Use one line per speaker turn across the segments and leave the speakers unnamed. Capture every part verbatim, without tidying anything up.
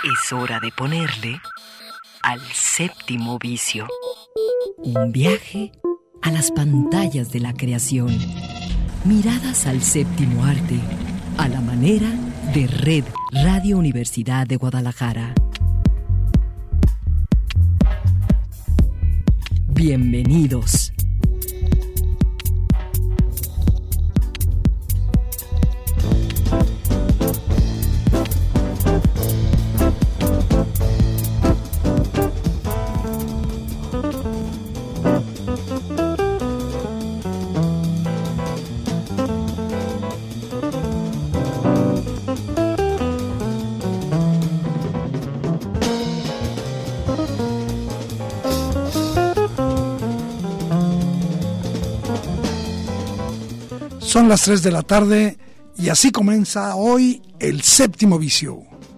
Es hora de ponerle al séptimo vicio. Un viaje a las pantallas de la creación. Miradas al séptimo arte, a la manera de Red Radio Universidad de Guadalajara. Bienvenidos.
Son las tres de la tarde y así comienza hoy el séptimo vicio.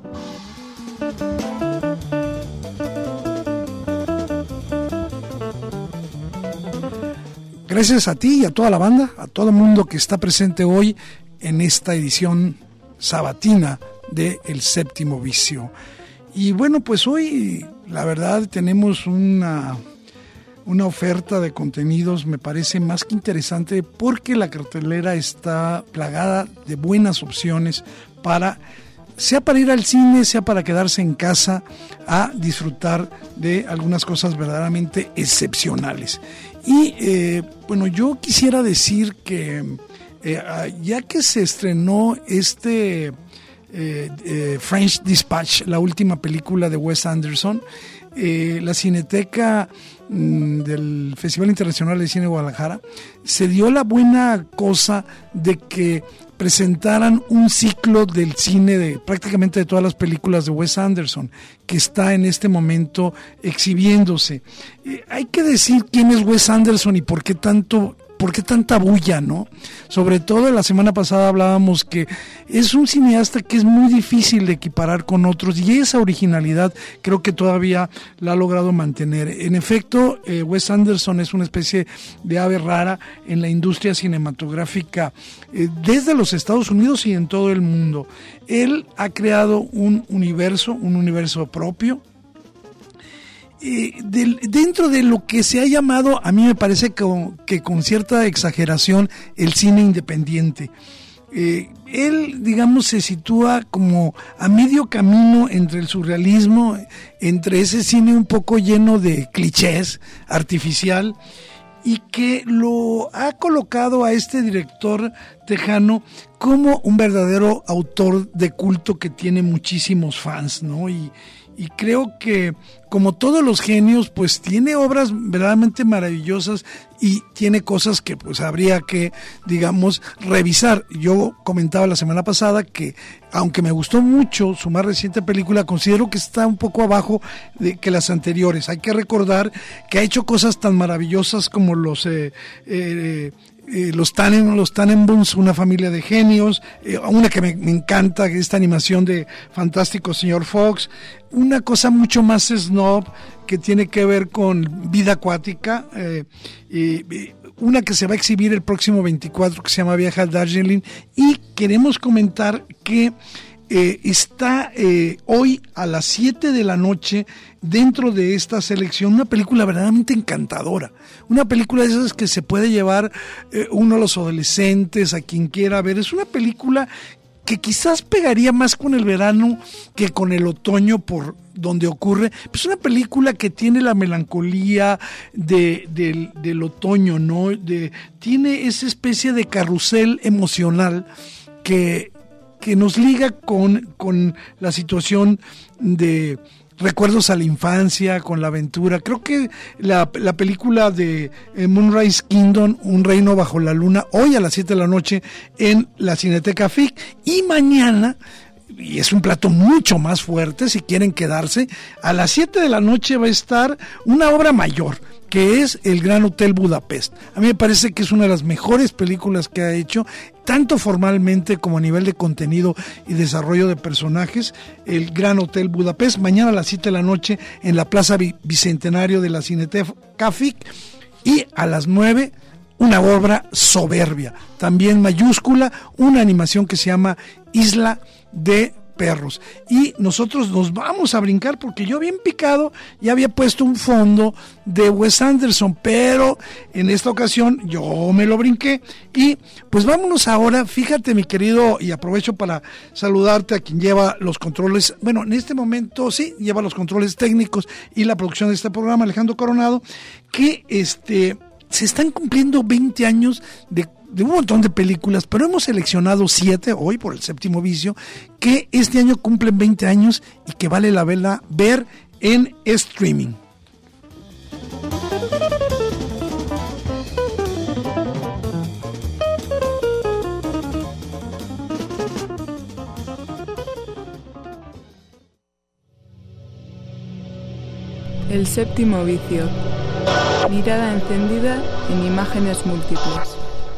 Gracias a ti y a toda la banda, a todo el mundo que está presente hoy en esta edición sabatina de El Séptimo Vicio. Y bueno, pues hoy la verdad tenemos una... Una oferta de contenidos me parece más que interesante porque la cartelera está plagada de buenas opciones para, sea para ir al cine, sea para quedarse en casa a disfrutar de algunas cosas verdaderamente excepcionales. Y eh, bueno, yo quisiera decir que eh, ya que se estrenó este eh, eh, French Dispatch, la última película de Wes Anderson, eh, la Cineteca del Festival Internacional de Cine de Guadalajara, se dio la buena cosa de que presentaran un ciclo del cine de prácticamente de todas las películas de Wes Anderson, que está en este momento exhibiéndose. Eh, hay que decir quién es Wes Anderson y por qué tanto... ¿Por qué tanta bulla, no? Sobre todo la semana pasada hablábamos que es un cineasta que es muy difícil de equiparar con otros y esa originalidad creo que todavía la ha logrado mantener. En efecto, eh, Wes Anderson es una especie de ave rara en la industria cinematográfica eh, desde los Estados Unidos y en todo el mundo. Él ha creado un universo, un universo propio. Eh, de, dentro de lo que se ha llamado, a mí me parece que, que con cierta exageración, el cine independiente. Eh, él, digamos, se sitúa como a medio camino entre el surrealismo, entre ese cine un poco lleno de clichés, artificial, y que lo ha colocado a este director tejano como un verdadero autor de culto que tiene muchísimos fans, ¿no? Y Y creo que, como todos los genios, pues tiene obras verdaderamente maravillosas y tiene cosas que pues habría que, digamos, revisar. Yo comentaba la semana pasada que, aunque me gustó mucho su más reciente película, considero que está un poco abajo de que las anteriores. Hay que recordar que ha hecho cosas tan maravillosas como los... Eh, eh, Eh, los Tannen, los Tannenbaums, una familia de genios, eh, una que me, me encanta, esta animación de Fantástico Señor Fox, una cosa mucho más snob que tiene que ver con vida acuática, eh, eh, una que se va a exhibir el próximo veinticuatro que se llama Viaje al Darjeeling, y queremos comentar que Eh, está eh, hoy a las siete de la noche dentro de esta selección una película verdaderamente encantadora, una película de esas que se puede llevar eh, uno a los adolescentes, a quien quiera ver. Es una película que quizás pegaría más con el verano que con el otoño por donde ocurre. Es una película que tiene la melancolía de, de, del otoño, ¿no? De, tiene esa especie de carrusel emocional que que nos liga con, con la situación de recuerdos a la infancia, con la aventura. Creo que la, la película de eh, Moonrise Kingdom, Un reino bajo la luna, hoy a las siete de la noche en la Cineteca F I C, y mañana, y es un plato mucho más fuerte si quieren quedarse, a las siete de la noche va a estar una obra mayor, que es El Gran Hotel Budapest. A mí me parece que es una de las mejores películas que ha hecho, tanto formalmente como a nivel de contenido y desarrollo de personajes. El Gran Hotel Budapest, mañana a las siete de la noche en la Plaza Bicentenario de la Cineteca F I C, y a las nueve una obra soberbia, también mayúscula, una animación que se llama Isla de perros. Y nosotros nos vamos a brincar porque yo bien picado ya había puesto un fondo de Wes Anderson, pero en esta ocasión yo me lo brinqué. Y pues vámonos ahora, fíjate mi querido, y aprovecho para saludarte a quien lleva los controles, bueno, en este momento sí, lleva los controles técnicos y la producción de este programa, Alejandro Coronado, que este se están cumpliendo veinte años de de un montón de películas, pero hemos seleccionado siete hoy por el Séptimo Vicio, que este año cumplen veinte años y que vale la pena ver en streaming.
El Séptimo Vicio. Mirada encendida en imágenes múltiples.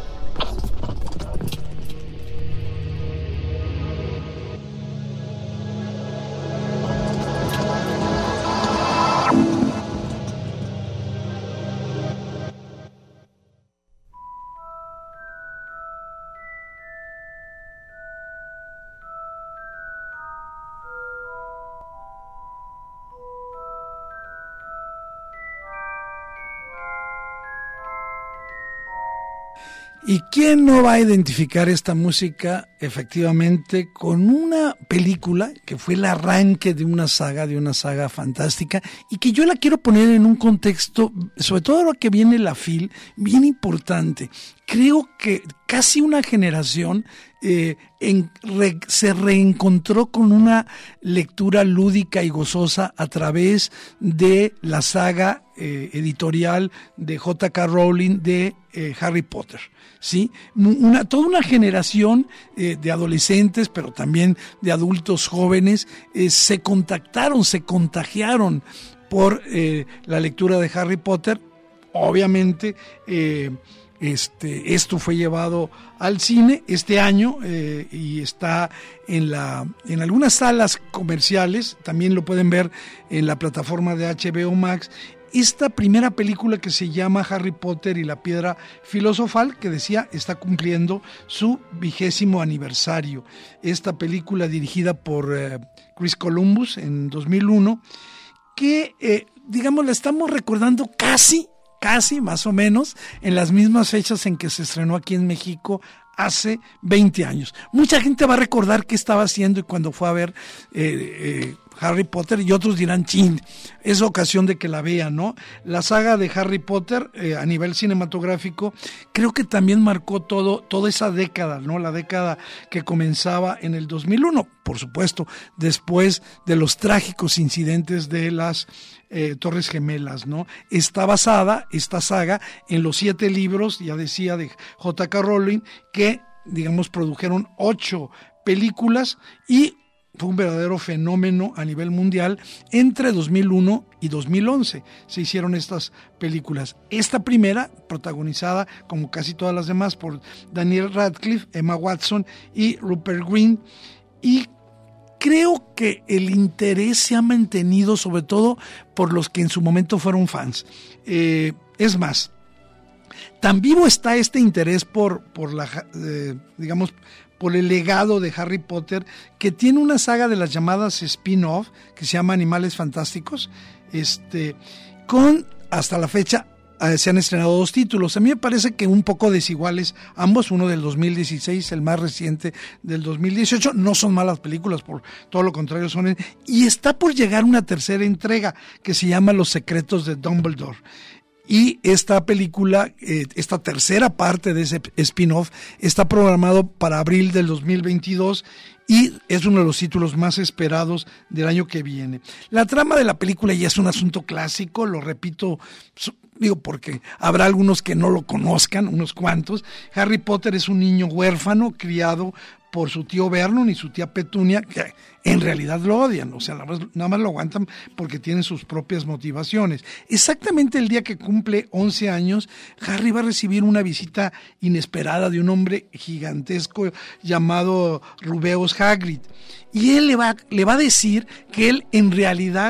¿Y quién no va a identificar esta música efectivamente con una película que fue el arranque de una saga, de una saga fantástica, y que yo la quiero poner en un contexto, sobre todo ahora que viene la F I L, bien importante? Creo que casi una generación eh, en, re, se reencontró con una lectura lúdica y gozosa a través de la saga eh, editorial de J K Rowling de eh, Harry Potter. ¿Sí? Una, toda una generación eh, de adolescentes, pero también de adultos jóvenes, eh, se contactaron, se contagiaron por eh, la lectura de Harry Potter. Obviamente, eh, este, esto fue llevado al cine este año eh, y está en, la, en algunas salas comerciales. También lo pueden ver en la plataforma de H B O Max. Esta primera película que se llama Harry Potter y la Piedra Filosofal, que decía está cumpliendo su vigésimo aniversario. Esta película dirigida por eh, Chris Columbus en dos mil uno, que eh, digamos la estamos recordando casi, casi más o menos en las mismas fechas en que se estrenó aquí en México hace veinte años. Mucha gente va a recordar qué estaba haciendo y cuando fue a ver eh, eh, Harry Potter, y otros dirán, chin, es ocasión de que la vean, ¿no? La saga de Harry Potter eh, a nivel cinematográfico creo que también marcó todo, toda esa década, ¿no? La década que comenzaba en el dos mil uno, por supuesto, después de los trágicos incidentes de las eh, Torres Gemelas, ¿no? Está basada, esta saga, en los siete libros, ya decía, de J K Rowling, que, digamos, produjeron ocho películas y fue un verdadero fenómeno a nivel mundial. Entre dos mil uno y dos mil once se hicieron estas películas. Esta primera, protagonizada, como casi todas las demás, por Daniel Radcliffe, Emma Watson y Rupert Grint. Y creo que el interés se ha mantenido, sobre todo por los que en su momento fueron fans. Eh, es más, tan vivo está este interés por, por la, eh, digamos, por el legado de Harry Potter, que tiene una saga de las llamadas spin-off, que se llama Animales Fantásticos, este, con, hasta la fecha, eh, se han estrenado dos títulos. A mí me parece que un poco desiguales ambos, uno del dos mil dieciséis, el más reciente del dos mil dieciocho, no son malas películas, por todo lo contrario son, y está por llegar una tercera entrega, que se llama Los Secretos de Dumbledore. Y esta película, eh, esta tercera parte de ese spin-off, está programado para abril del dos mil veintidós y es uno de los títulos más esperados del año que viene. La trama de la película ya es un asunto clásico, lo repito, digo porque habrá algunos que no lo conozcan, unos cuantos. Harry Potter es un niño huérfano criado por su tío Vernon y su tía Petunia, que en realidad lo odian, o sea, nada más lo aguantan porque tienen sus propias motivaciones. Exactamente el día que cumple once años, Harry va a recibir una visita inesperada de un hombre gigantesco llamado Rubeus Hagrid, y él le va, le va a decir que él en realidad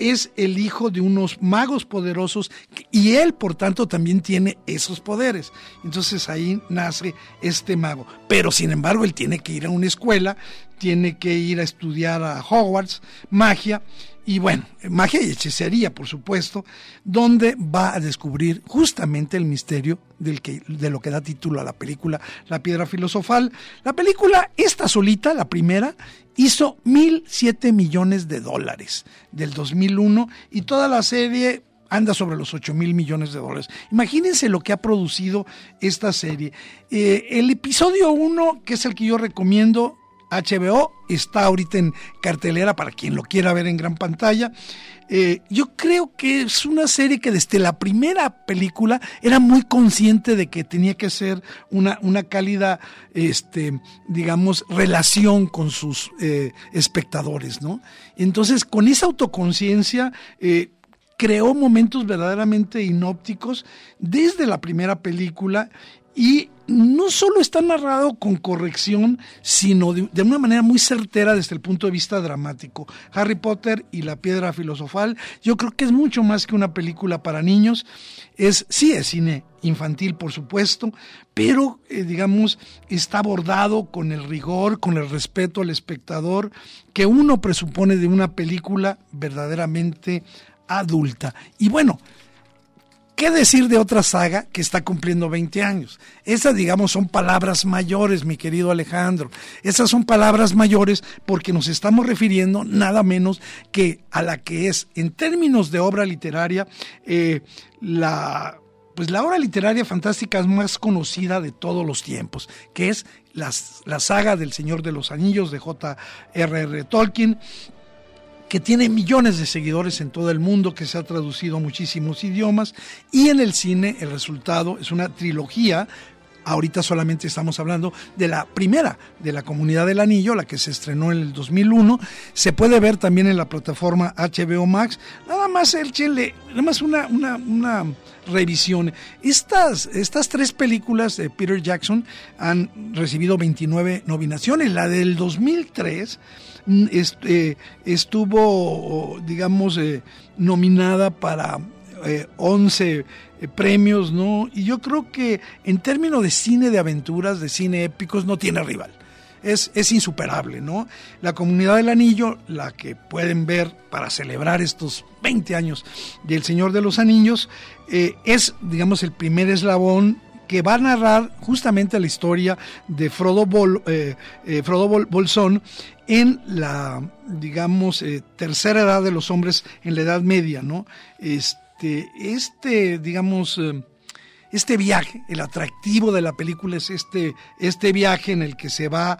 es el hijo de unos magos poderosos y él, por tanto, también tiene esos poderes. Entonces ahí nace este mago. Pero, sin embargo, él tiene que ir a una escuela, tiene que ir a estudiar a Hogwarts, magia, y bueno, magia y hechicería, por supuesto, donde va a descubrir justamente el misterio del que, de lo que da título a la película La Piedra Filosofal. La película, esta solita, la primera, hizo mil siete millones de dólares del dos mil uno, y toda la serie anda sobre los ocho mil millones de dólares. Imagínense lo que ha producido esta serie. Eh, el episodio uno, que es el que yo recomiendo, H B O, está ahorita en cartelera para quien lo quiera ver en gran pantalla. Eh, yo creo que es una serie que desde la primera película era muy consciente de que tenía que ser una, una cálida, este, digamos, relación con sus eh, espectadores, ¿no? Entonces, con esa autoconciencia, eh, creó momentos verdaderamente inópticos desde la primera película, y no solo está narrado con corrección, sino de, de una manera muy certera desde el punto de vista dramático. Harry Potter y la Piedra Filosofal, yo creo que es mucho más que una película para niños. Es, sí, es cine infantil, por supuesto, pero, eh, digamos, está abordado con el rigor, con el respeto al espectador que uno presupone de una película verdaderamente adulta. Y bueno, ¿qué decir de otra saga que está cumpliendo veinte años? Esas, digamos, son palabras mayores, mi querido Alejandro. Esas son palabras mayores porque nos estamos refiriendo nada menos que a la que es, en términos de obra literaria, eh, la, pues la obra literaria fantástica más conocida de todos los tiempos, que es la, la saga del Señor de los Anillos de J R R Tolkien, que tiene millones de seguidores en todo el mundo, que se ha traducido a muchísimos idiomas, y en el cine el resultado es una trilogía. Ahorita solamente estamos hablando de la primera, de La Comunidad del Anillo, la que se estrenó en el dos mil uno. Se puede ver también en la plataforma H B O Max. Nada más, échenle, nada más una, una, una revisión. Estas, estas tres películas de Peter Jackson han recibido veintinueve nominaciones. La del dos mil tres este, estuvo, digamos, eh, nominada para eh, once eh, premios, ¿no? Y yo creo que en términos de cine de aventuras, de cine épicos, no tiene rival. Es, es insuperable, ¿no? La Comunidad del Anillo, la que pueden ver para celebrar estos veinte años del Señor de los Anillos, eh, es, digamos, el primer eslabón que va a narrar justamente la historia de Frodo, Bol, eh, eh, Frodo Bol, Bolsón en la, digamos, eh, tercera edad de los hombres, en la Edad Media, ¿no? Este, este digamos, eh, este viaje, el atractivo de la película es este, este viaje en el que se va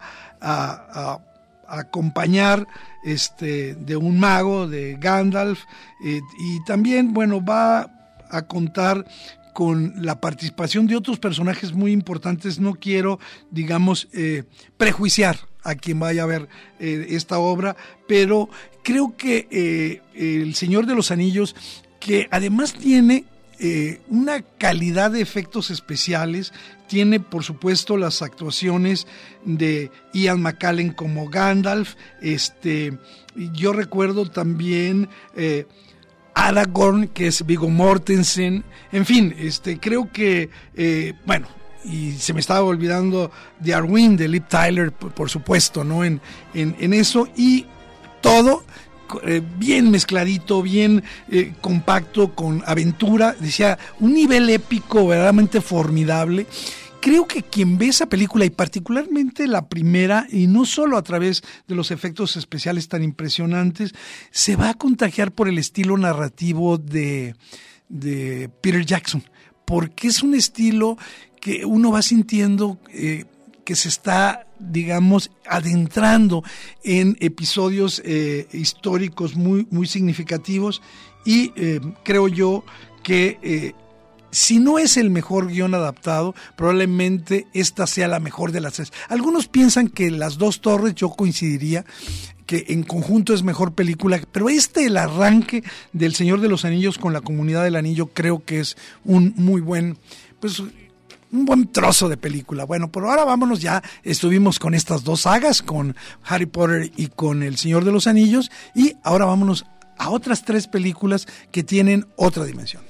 a, a, a acompañar este, de un mago, de Gandalf, eh, y también, bueno, va a contar con la participación de otros personajes muy importantes. No quiero, digamos, eh, prejuiciar a quien vaya a ver eh, esta obra, pero creo que eh, El Señor de los Anillos, que además tiene eh, una calidad de efectos especiales, tiene por supuesto las actuaciones de Ian McKellen como Gandalf, este, yo recuerdo también eh, Aragorn, que es Viggo Mortensen, en fin, este, creo que, eh, bueno, y se me estaba olvidando de Arwen, de Liv Tyler, por, por supuesto, ¿no? En, en, en eso, y todo eh, bien mezcladito, bien eh, compacto, con aventura, decía, un nivel épico verdaderamente formidable. Creo que quien ve esa película, y particularmente la primera, y no solo a través de los efectos especiales tan impresionantes, se va a contagiar por el estilo narrativo de, de Peter Jackson, porque es un estilo que uno va sintiendo eh, que se está, digamos, adentrando en episodios eh, históricos muy, muy significativos, y eh, creo yo que eh, si no es el mejor guión adaptado, probablemente esta sea la mejor de las tres. Algunos piensan que Las Dos Torres, yo coincidiría, que en conjunto es mejor película, pero este, el arranque del Señor de los Anillos con La Comunidad del Anillo, creo que es un muy buen, pues, un buen trozo de película. Bueno, pero ahora vámonos, ya estuvimos con estas dos sagas, con Harry Potter y con El Señor de los Anillos, y ahora vámonos a otras tres películas que tienen otra dimensión.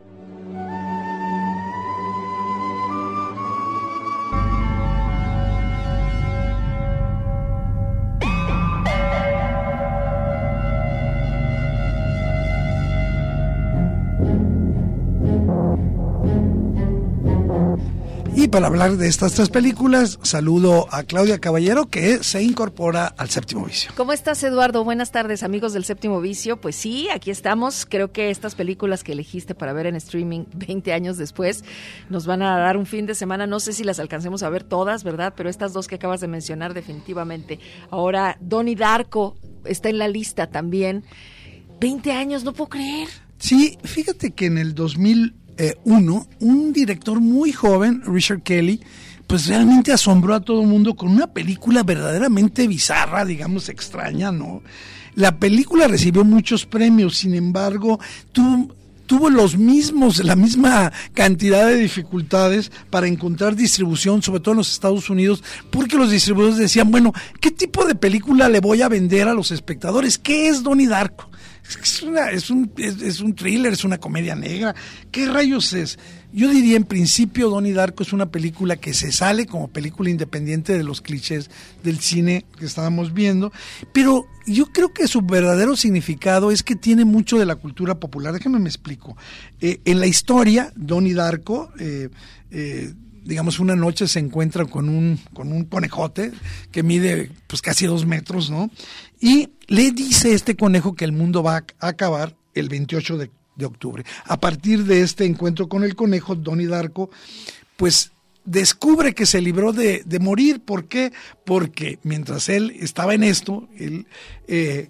Y para hablar de estas tres películas, saludo a Claudia Caballero, que se incorpora al Séptimo Vicio.
¿Cómo estás, Eduardo? Buenas tardes, amigos del Séptimo Vicio. Pues sí, aquí estamos. Creo que estas películas que elegiste para ver en streaming veinte años después nos van a dar un fin de semana. No sé si las alcancemos a ver todas, ¿verdad? Pero estas dos que acabas de mencionar, definitivamente. Ahora, Donnie Darko está en la lista también. veinte años, no puedo creer.
Sí, fíjate que en el dos mil uno, un director muy joven, Richard Kelly, pues realmente asombró a todo el mundo con una película verdaderamente bizarra, digamos extraña, ¿no? La película recibió muchos premios, sin embargo, tuvo, tuvo los mismos, la misma cantidad de dificultades para encontrar distribución, sobre todo en los Estados Unidos, porque los distribuidores decían, bueno, ¿qué tipo de película le voy a vender a los espectadores? ¿Qué es Donnie Darko? Es, una, es, un, es, es un thriller, es una comedia negra. ¿Qué rayos es? Yo diría, en principio, Donnie Darko es una película que se sale como película independiente de los clichés del cine que estábamos viendo, pero yo creo que su verdadero significado es que tiene mucho de la cultura popular. Déjame me explico. Eh, en la historia, Donnie Darko... Eh, eh, digamos, una noche se encuentra con un con un conejote que mide pues casi dos metros, ¿no? Y le dice este conejo que el mundo va a acabar el veintiocho de octubre. A partir de este encuentro con el conejo, Donnie Darko, pues descubre que se libró de, de morir. ¿Por qué? Porque mientras él estaba en esto, él... Eh,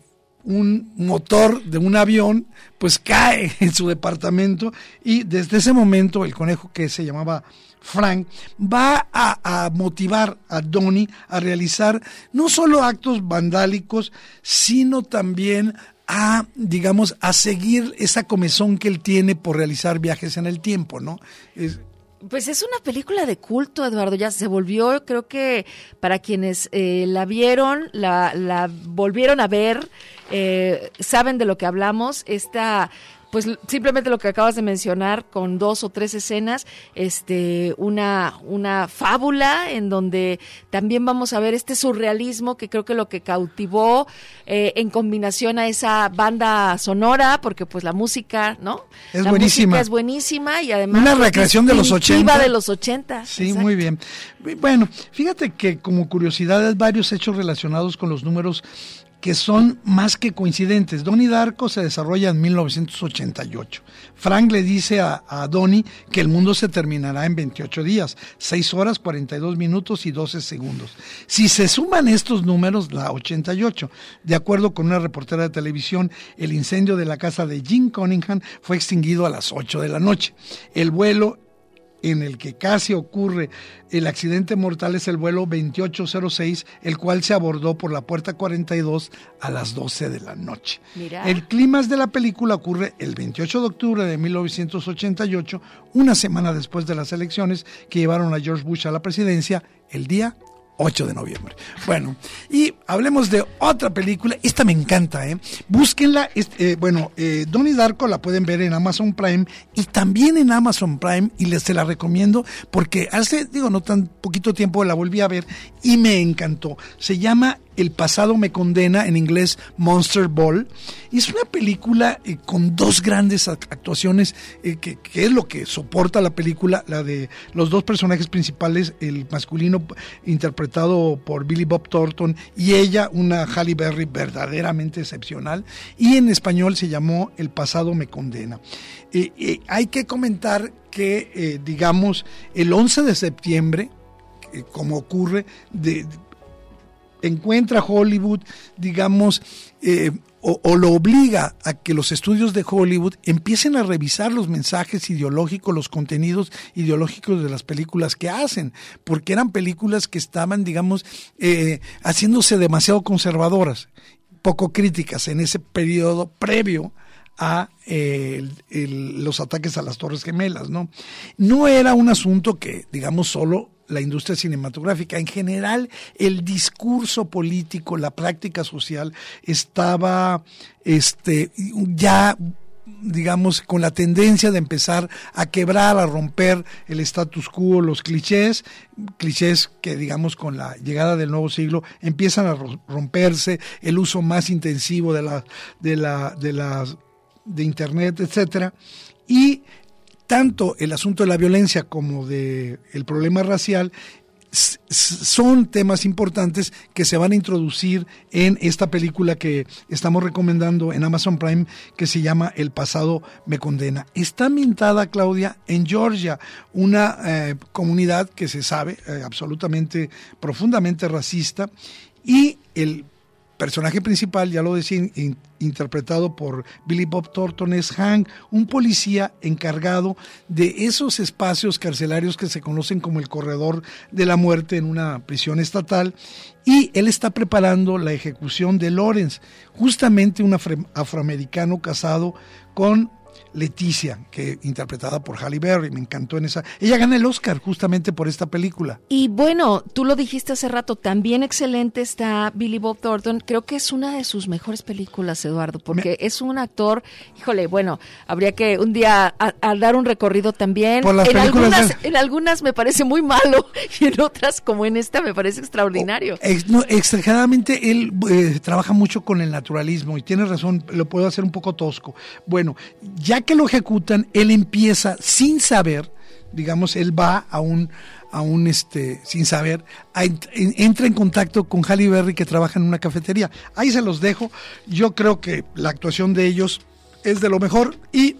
un motor de un avión pues cae en su departamento y desde ese momento el conejo, que se llamaba Frank, va a, a motivar a Donnie a realizar no solo actos vandálicos, sino también a, digamos, a seguir esa comezón que él tiene por realizar viajes en el tiempo, ¿no? Es,
Pues es una película de culto, Eduardo, ya se volvió, creo que para quienes eh, la vieron, la, la volvieron a ver, eh, saben de lo que hablamos. Esta, pues simplemente lo que acabas de mencionar, con dos o tres escenas, este, una, una fábula en donde también vamos a ver este surrealismo, que creo que lo que cautivó eh, en combinación a esa banda sonora, porque pues la música, ¿no?
Es
la
buenísima.
música es buenísima y además
una recreación de los ochenta.
de los ochenta.
Sí,
exacto.
Muy bien. Bueno, fíjate que como curiosidad hay varios hechos relacionados con los números que son más que coincidentes. Donnie Darko se desarrolla en mil novecientos ochenta y ocho. Frank le dice a, a Donnie que el mundo se terminará en veintiocho días, seis horas, cuarenta y dos minutos y doce segundos. Si se suman estos números, da ochenta y ocho. De acuerdo con una reportera de televisión, el incendio de la casa de Jim Cunningham fue extinguido a las ocho de la noche. El vuelo en el que casi ocurre el accidente mortal es el vuelo veintiocho cero seis, el cual se abordó por la puerta cuarenta y dos a las doce de la noche.
Mira.
El clímax de la película ocurre el veintiocho de octubre de mil novecientos ochenta y ocho, una semana después de las elecciones que llevaron a George Bush a la presidencia, el día ocho de noviembre. Bueno, y hablemos de otra película. Esta me encanta, ¿eh? Búsquenla. Eh, bueno, eh, Donnie Darko la pueden ver en Amazon Prime y también en Amazon Prime, y les se la recomiendo porque hace, digo, no tan poquito tiempo la volví a ver y me encantó. Se llama El pasado me condena, en inglés Monster Ball, y es una película eh, con dos grandes actuaciones eh, que, que es lo que soporta la película, la de los dos personajes principales, el masculino interpretado por Billy Bob Thornton y ella, una Halle Berry verdaderamente excepcional, y en español se llamó El pasado me condena. Eh, eh, hay que comentar que, eh, digamos, el once de septiembre, eh, como ocurre, de, de encuentra Hollywood, digamos, eh, o, o lo obliga a que los estudios de Hollywood empiecen a revisar los mensajes ideológicos, los contenidos ideológicos de las películas que hacen, porque eran películas que estaban, digamos, eh, haciéndose demasiado conservadoras, poco críticas en ese periodo previo a eh, el, el, los ataques a las Torres Gemelas, ¿no? No era un asunto que, digamos, solo la industria cinematográfica. En general, el discurso político, la práctica social estaba este, ya, digamos, con la tendencia de empezar a quebrar, a romper el status quo, los clichés, clichés que, digamos, con la llegada del nuevo siglo empiezan a romperse, el uso más intensivo de la, de la, de las, de internet, etcétera, y tanto el asunto de la violencia como de el problema racial son temas importantes que se van a introducir en esta película que estamos recomendando en Amazon Prime, que se llama El pasado me condena. Está ambientada, Claudia, en Georgia, una eh, comunidad que se sabe eh, absolutamente, profundamente racista, y el personaje principal, ya lo decía, in, interpretado por Billy Bob Thornton, es Hank, un policía encargado de esos espacios carcelarios que se conocen como el corredor de la muerte en una prisión estatal, y él está preparando la ejecución de Lawrence, justamente un afro- afroamericano casado con Leticia, que interpretada por Halle Berry. Me encantó en esa. Ella gana el Oscar justamente por esta película.
Y bueno, tú lo dijiste hace rato, también excelente está Billy Bob Thornton. Creo que es una de sus mejores películas, Eduardo, porque Me... es un actor, híjole, bueno, habría que un día a, a dar un recorrido también.
Por las
en algunas,
de...
en algunas me parece muy malo y en otras, como en esta, me parece extraordinario.
Oh, ex, no, exageradamente él eh, trabaja mucho con el naturalismo y tiene razón, lo puedo hacer un poco tosco. Bueno, ya que lo ejecutan, él empieza sin saber, digamos, él va a un, a un este, sin saber, a, en, entra en contacto con Halle Berry, que trabaja en una cafetería. Ahí se los dejo. Yo creo que la actuación de ellos es de lo mejor, y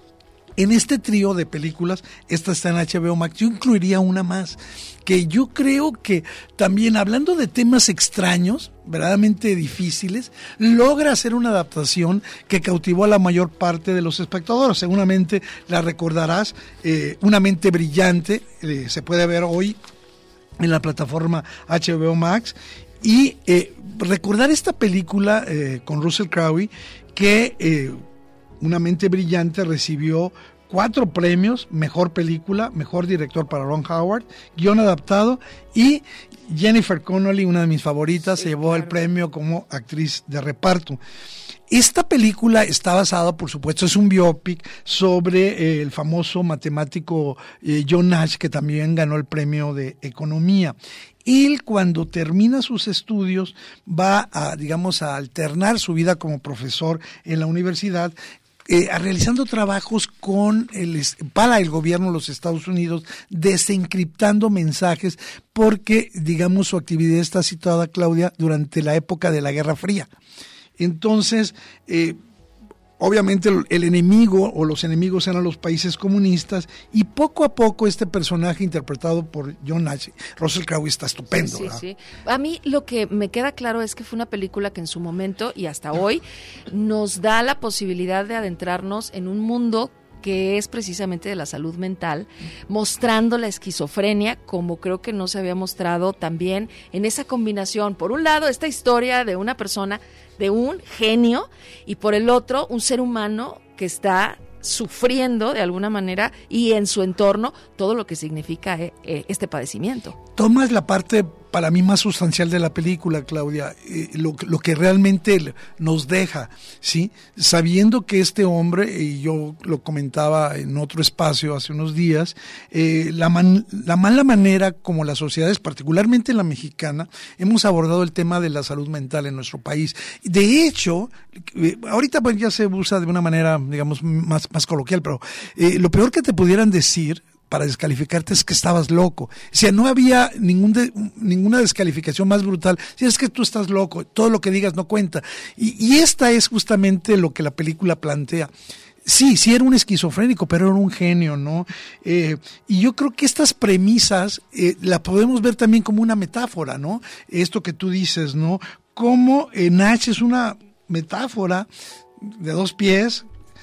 en este trío de películas, esta está en H B O Max, yo incluiría una más, que yo creo que también, hablando de temas extraños, verdaderamente difíciles, logra hacer una adaptación que cautivó a la mayor parte de los espectadores. Seguramente la recordarás, eh, Una mente brillante, eh, se puede ver hoy en la plataforma H B O Max, y eh, recordar esta película eh, con Russell Crowe, que eh, Una mente brillante recibió cuatro premios: mejor película, mejor director para Ron Howard, guión adaptado, y Jennifer Connelly, una de mis favoritas, sí, se llevó claro. el premio como actriz de reparto. Esta película está basada, por supuesto, es un biopic sobre eh, el famoso matemático eh, John Nash, que también ganó el premio de economía. Él, cuando termina sus estudios, va a, digamos, a alternar su vida como profesor en la universidad, Eh, realizando trabajos con el, para el gobierno de los Estados Unidos, desencriptando mensajes, porque, digamos, su actividad está situada, Claudia, durante la época de la Guerra Fría. Entonces, eh, obviamente el, el enemigo o los enemigos eran los países comunistas, y poco a poco este personaje interpretado por John Nash, Russell Crowe, está estupendo.
Sí, sí, sí. A mí lo que me queda claro es que fue una película que en su momento y hasta hoy nos da la posibilidad de adentrarnos en un mundo que es precisamente de la salud mental, mostrando la esquizofrenia como creo que no se había mostrado también en esa combinación. Por un lado, esta historia de una persona, de un genio, y por el otro, un ser humano que está sufriendo de alguna manera, y en su entorno todo lo que significa eh, eh, este padecimiento.
Tomas la parte para mí más sustancial de la película, Claudia, eh, lo, lo que realmente nos deja, ¿sí? Sabiendo que este hombre, y yo lo comentaba en otro espacio hace unos días, eh, la, man, la mala manera como las sociedades, particularmente la mexicana, hemos abordado el tema de la salud mental en nuestro país. De hecho, eh, ahorita pues ya se usa de una manera, digamos, más, más coloquial, pero eh, lo peor que te pudieran decir para descalificarte es que estabas loco. O sea, no había ningún de, ninguna descalificación más brutal. Si es que tú estás loco, todo lo que digas no cuenta. Y, y esta es justamente lo que la película plantea. Sí, sí era un esquizofrénico, pero era un genio, ¿no? Eh, y yo creo que estas premisas eh, la podemos ver también como una metáfora, ¿no? Esto que tú dices, ¿no? Como eh, Nash es una metáfora de dos pies,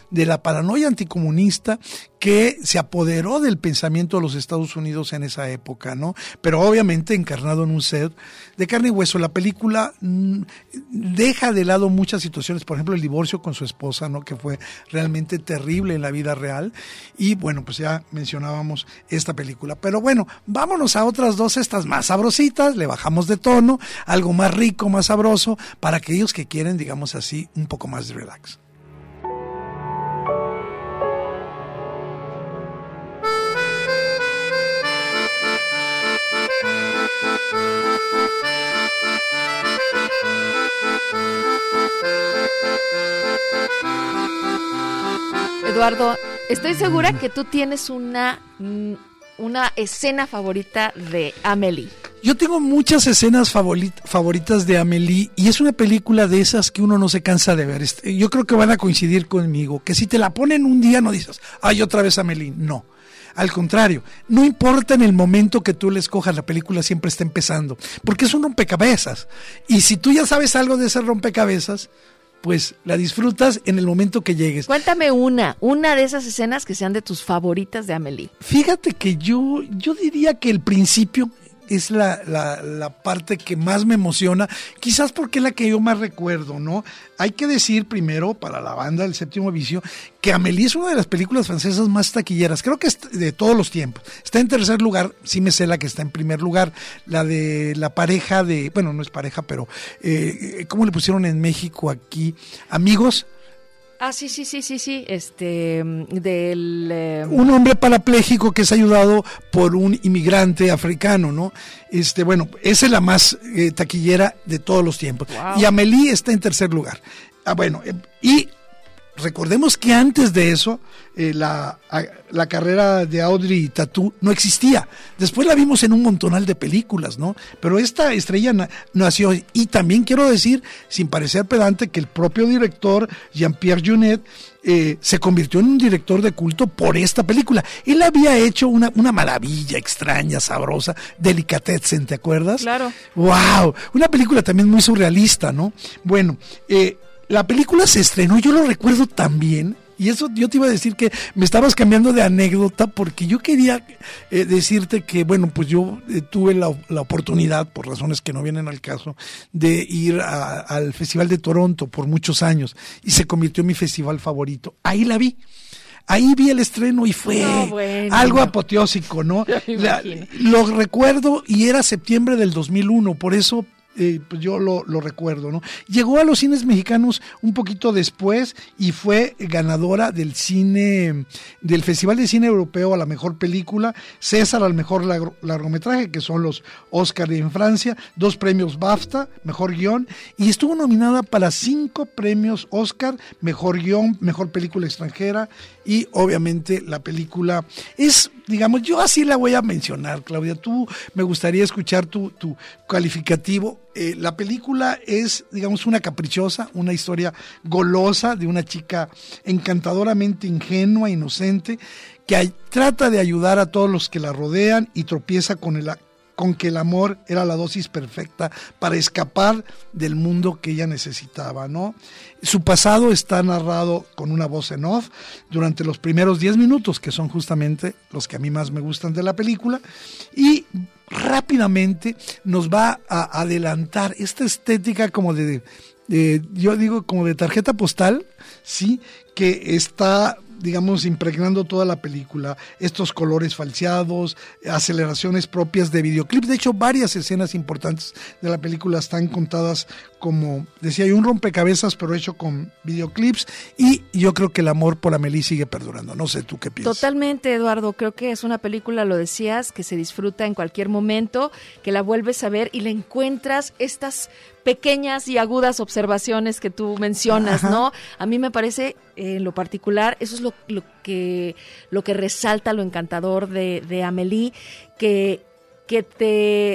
de la paranoia anticomunista que se apoderó del pensamiento de los Estados Unidos en esa época, ¿no? Pero obviamente encarnado en un set de carne y hueso. La película mmm, deja de lado muchas situaciones, por ejemplo, el divorcio con su esposa, ¿no? Que fue realmente terrible en la vida real. Y bueno, pues ya mencionábamos esta película. Pero bueno, vámonos a otras dos, estas más sabrositas, le bajamos de tono, algo más rico, más sabroso, para aquellos que quieren, digamos así, un poco más de relax.
Eduardo, estoy segura que tú tienes una, una escena favorita de Amélie.
Yo tengo muchas escenas favoritas de Amélie y es una película de esas que uno no se cansa de ver. Yo creo que van a coincidir conmigo, que si te la ponen un día no dices, ay, otra vez Amélie, no. Al contrario, no importa en el momento que tú le escojas, la película siempre está empezando, porque es un rompecabezas. Y si tú ya sabes algo de ese rompecabezas, pues la disfrutas en el momento que llegues.
Cuéntame una, una de esas escenas que sean de tus favoritas de Amélie.
Fíjate que yo, yo diría que el principio es la, la, la parte que más me emociona, quizás porque es la que yo más recuerdo, ¿no? Hay que decir primero, para la banda del Séptimo Vicio, que Amélie es una de las películas francesas más taquilleras, creo que es de todos los tiempos. Está en tercer lugar, sí me sé la que está en primer lugar, la de la pareja de, bueno, no es pareja, pero eh, ¿cómo le pusieron en México aquí? Amigos.
Ah, sí, sí, sí, sí, sí, este, del... Eh...
Un hombre parapléjico que es ayudado por un inmigrante africano, ¿no? Este, bueno, esa es la más eh, taquillera de todos los tiempos. Wow. Y Amélie está en tercer lugar. Ah, bueno, eh, y recordemos que antes de eso, eh, la, a, la carrera de Audrey Tautou no existía. Después la vimos en un montonal de películas, ¿no? Pero esta estrella na, nació, y también quiero decir, sin parecer pedante, que el propio director, Jean-Pierre Jeunet, eh, se convirtió en un director de culto por esta película. Él había hecho una, una maravilla extraña, sabrosa, Delicatessen, ¿te acuerdas?
Claro.
¡Wow! Una película también muy surrealista, ¿no? Bueno, eh, la película se estrenó, yo lo recuerdo tan bien, y eso yo te iba a decir que me estabas cambiando de anécdota, porque yo quería eh, decirte que, bueno, pues yo eh, tuve la, la oportunidad, por razones que no vienen al caso, de ir a, al Festival de Toronto por muchos años, y se convirtió en mi festival favorito. Ahí la vi. Ahí vi el estreno y fue no, bueno, algo no. apoteósico, ¿no? La, lo recuerdo y era septiembre del dos mil uno, por eso... Eh, pues yo lo, lo recuerdo, ¿no? Llegó a los cines mexicanos un poquito después y fue ganadora del cine, del Festival de Cine Europeo a la mejor película, César al mejor largo, largometraje, que son los Oscar en Francia, dos premios BAFTA, mejor guión, y estuvo nominada para cinco premios Oscar, mejor guión, mejor película extranjera, y obviamente la película es, digamos, yo así la voy a mencionar, Claudia, tú me gustaría escuchar tu, tu calificativo. Eh, la película es, digamos, una caprichosa, una historia golosa de una chica encantadoramente ingenua, inocente, que hay, trata de ayudar a todos los que la rodean y tropieza con el con que el amor era la dosis perfecta para escapar del mundo que ella necesitaba, ¿no? Su pasado está narrado con una voz en off durante los primeros diez minutos, que son justamente los que a mí más me gustan de la película, y rápidamente nos va a adelantar esta estética como de, de yo digo, como de tarjeta postal, ¿sí? Que está, digamos, impregnando toda la película, estos colores falseados, aceleraciones propias de videoclips. De hecho, varias escenas importantes de la película están contadas como, decía yo, un rompecabezas, pero hecho con videoclips, y yo creo que el amor por Amélie sigue perdurando. No sé, ¿tú qué piensas?
Totalmente, Eduardo. Creo que es una película, lo decías, que se disfruta en cualquier momento, que la vuelves a ver y le encuentras estas pequeñas y agudas observaciones que tú mencionas, Ajá. ¿no? A mí me parece, eh, en lo particular, eso es lo, lo que lo que resalta lo encantador de, de Amélie, que, que te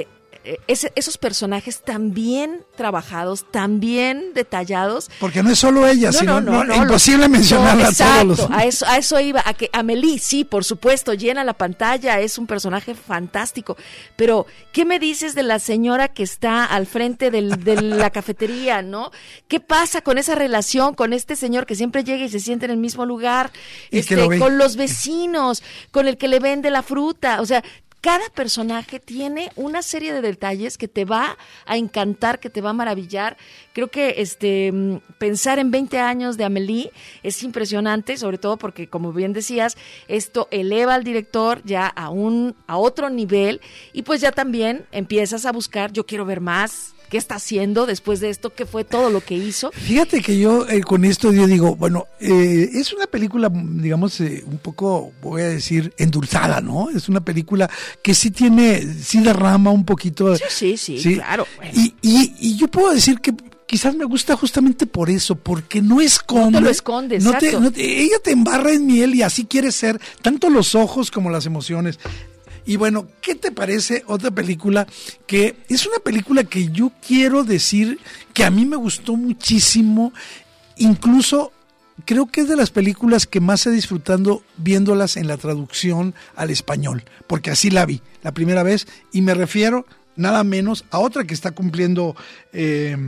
ese, esos personajes tan bien trabajados, tan bien detallados.
Porque no es solo ella,
no,
sino
no, no,
no,
no,
imposible
no,
mencionarla
no,
a
exacto,
todos los...
a eso, a eso iba, a que Amélie, sí, por supuesto, llena la pantalla, es un personaje fantástico. Pero, ¿qué me dices de la señora que está al frente del, de la cafetería, no? ¿Qué pasa con esa relación con este señor que siempre llega y se siente en el mismo lugar?
Y
este,
que lo ve.
Con los vecinos, con el que le vende la fruta, o sea, cada personaje tiene una serie de detalles que te va a encantar, que te va a maravillar. Creo que este pensar en veinte años de Amélie es impresionante, sobre todo porque, como bien decías, esto eleva al director ya a un a otro nivel y pues ya también empiezas a buscar, yo quiero ver más. ¿Qué está haciendo después de esto? ¿Qué fue todo lo que hizo?
Fíjate que yo eh, con esto yo digo, bueno, eh, es una película, digamos, eh, un poco, voy a decir, endulzada, ¿no? Es una película que sí tiene, sí derrama un poquito.
Sí, sí, sí, ¿sí? Claro. Bueno.
Y, y, y yo puedo decir que quizás me gusta justamente por eso, porque no esconde.
No te lo esconde,
no
exacto.
Te, no te, ella te embarra en miel y así quiere ser, tanto los ojos como las emociones. Y bueno, ¿qué te parece otra película que es una película que yo quiero decir que a mí me gustó muchísimo, incluso creo que es de las películas que más he disfrutado viéndolas en la traducción al español, porque así la vi la primera vez y me refiero nada menos a otra que está cumpliendo eh,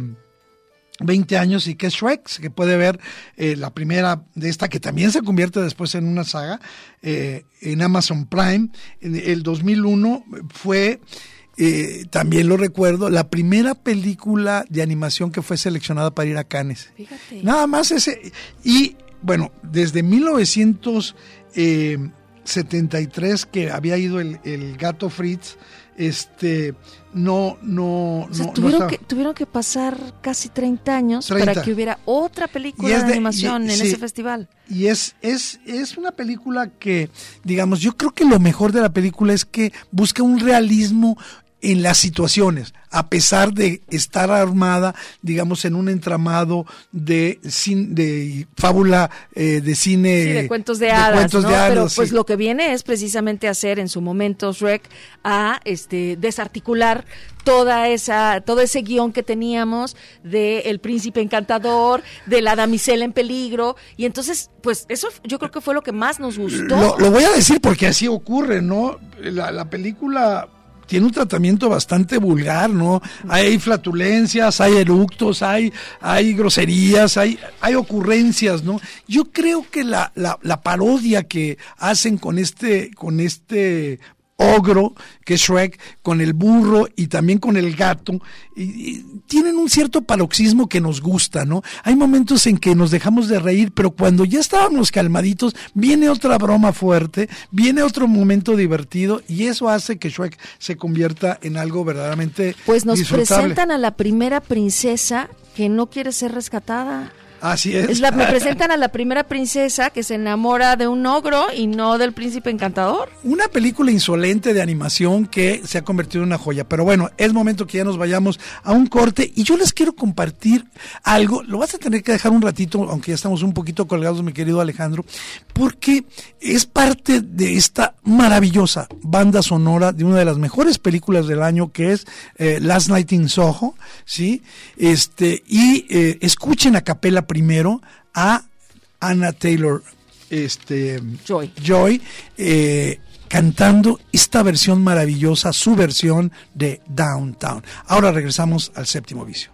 veinte años y que es Shrek, que puede ver eh, la primera de esta que también se convierte después en una saga eh, en Amazon Prime. En el dos mil uno fue, eh, también lo recuerdo, la primera película de animación que fue seleccionada para ir a Cannes.
Fíjate.
Nada más ese. Y bueno, desde mil novecientos setenta y tres que había ido el, el gato Fritz, este no no
o sea,
no,
tuvieron
no
que tuvieron que pasar casi treinta años
treinta
para que hubiera otra película de, de animación y, en sí, ese festival.
Y es es es una película que, digamos, yo creo que lo mejor de la película es que busca un realismo en las situaciones, a pesar de estar armada, digamos, en un entramado de, cin, de fábula, eh, de cine...
Sí, de cuentos de, de hadas,
cuentos
¿no?
de hadas,
Pero pues
sí.
Lo que viene es precisamente hacer en su momento Shrek a este desarticular toda esa, todo ese guión que teníamos de El Príncipe Encantador, de la damisela en peligro, y entonces, pues eso yo creo que fue lo que más nos gustó.
Lo, lo voy a decir porque así ocurre, ¿no? La, la película tiene un tratamiento bastante vulgar, ¿no? Hay flatulencias, hay eructos, hay, hay groserías, hay, hay ocurrencias, ¿no? Yo creo que la, la, la parodia que hacen con este, con este ogro, que es Shrek, con el burro y también con el gato, y, y tienen un cierto paroxismo que nos gusta, ¿no? Hay momentos en que nos dejamos de reír, pero cuando ya estábamos calmaditos, viene otra broma fuerte, viene otro momento divertido, y eso hace que Shrek se convierta en algo verdaderamente
Pues nos
disfrutable.
Presentan a la primera princesa que no quiere ser rescatada.
Así es.
es la, me presentan a la primera princesa que se enamora de un ogro y no del príncipe encantador.
Una película insolente de animación que se ha convertido en una joya. Pero bueno, es momento que ya nos vayamos a un corte y yo les quiero compartir algo. Lo vas a tener que dejar un ratito, aunque ya estamos un poquito colgados, mi querido Alejandro, porque es parte de esta maravillosa banda sonora de una de las mejores películas del año, que es eh, Last Night in Soho, ¿sí? Este, y eh, escuchen a capela primero a Anna Taylor este,
Joy,
Joy eh, cantando esta versión maravillosa, su versión de Downtown. Ahora regresamos al Séptimo Vicio.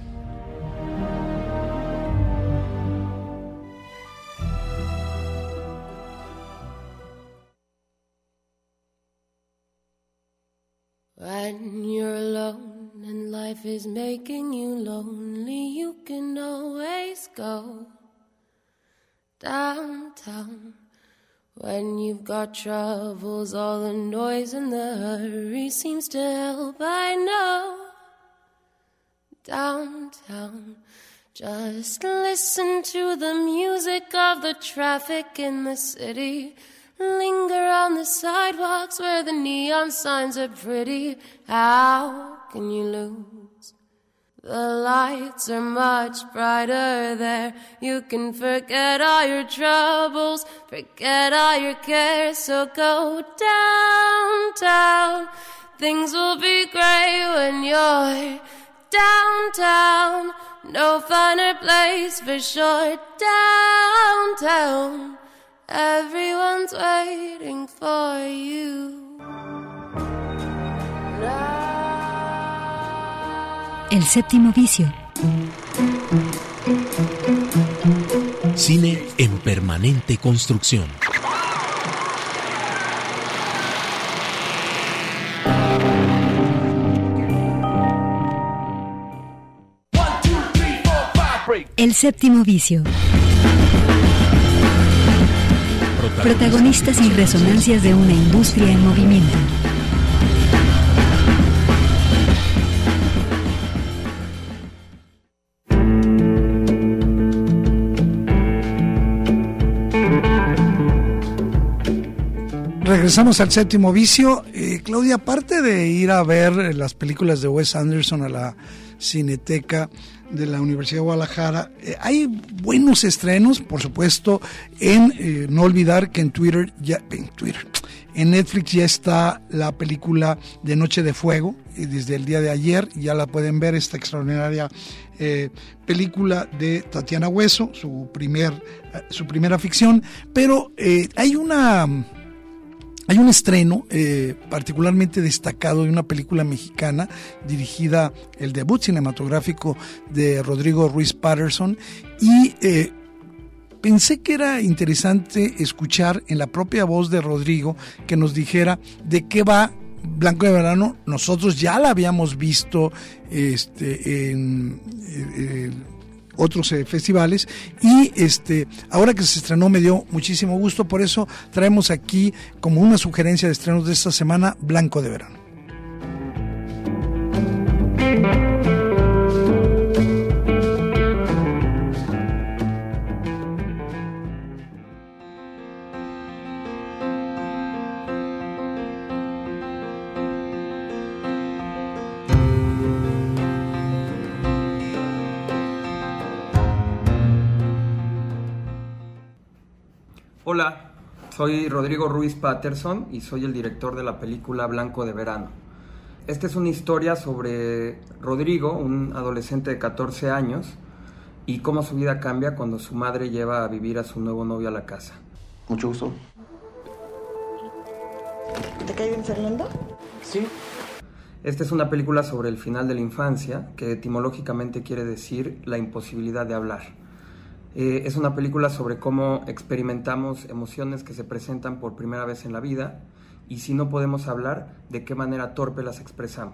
When you're alone and life is making you lonely, you can always go downtown. When you've got troubles, all the noise and the hurry seems to help, I know. Downtown, just listen to the music of the traffic in the city. Linger on the sidewalks where the neon signs are pretty. How can you lose? The lights are much brighter there. You can forget all your troubles, forget all your cares. So go downtown, things will be great when you're downtown. No finer place for sure. Downtown, everyone's waiting for you.
El séptimo vicio.
Cine en permanente construcción.
El séptimo vicio. Protagonistas y resonancias de una industria en movimiento.
Regresamos al séptimo vicio. Eh, Claudia, aparte de ir a ver las películas de Wes Anderson a la Cineteca de la Universidad de Guadalajara, eh, hay buenos estrenos, por supuesto, en eh, no olvidar que en Twitter, ya, en Twitter, en Netflix ya está la película de Noche de Fuego, y desde el día de ayer ya la pueden ver, esta extraordinaria eh, película de Tatiana Hueso, su, primer, eh, su primera ficción, pero eh, hay una... Hay un estreno eh, particularmente destacado de una película mexicana dirigida, el debut cinematográfico de Rodrigo Ruiz Patterson, y eh, pensé que era interesante escuchar en la propia voz de Rodrigo que nos dijera de qué va Blanco de Verano. Nosotros ya la habíamos visto este, en... en otros eh, festivales, y este ahora que se estrenó me dio muchísimo gusto, por eso traemos aquí como una sugerencia de estrenos de esta semana Blanco de Verano.
Hola, soy Rodrigo Ruiz Patterson y soy el director de la película Blanco de Verano. Esta es una historia sobre Rodrigo, un adolescente de catorce años, y cómo su vida cambia cuando su madre lleva a vivir a su nuevo novio a la casa.
Mucho gusto.
¿Te cae bien Fernando?
Sí.
Esta es una película sobre el final de la infancia, que etimológicamente quiere decir la imposibilidad de hablar. Eh, es una película sobre cómo experimentamos emociones que se presentan por primera vez en la vida, y si no podemos hablar, de qué manera torpe las expresamos.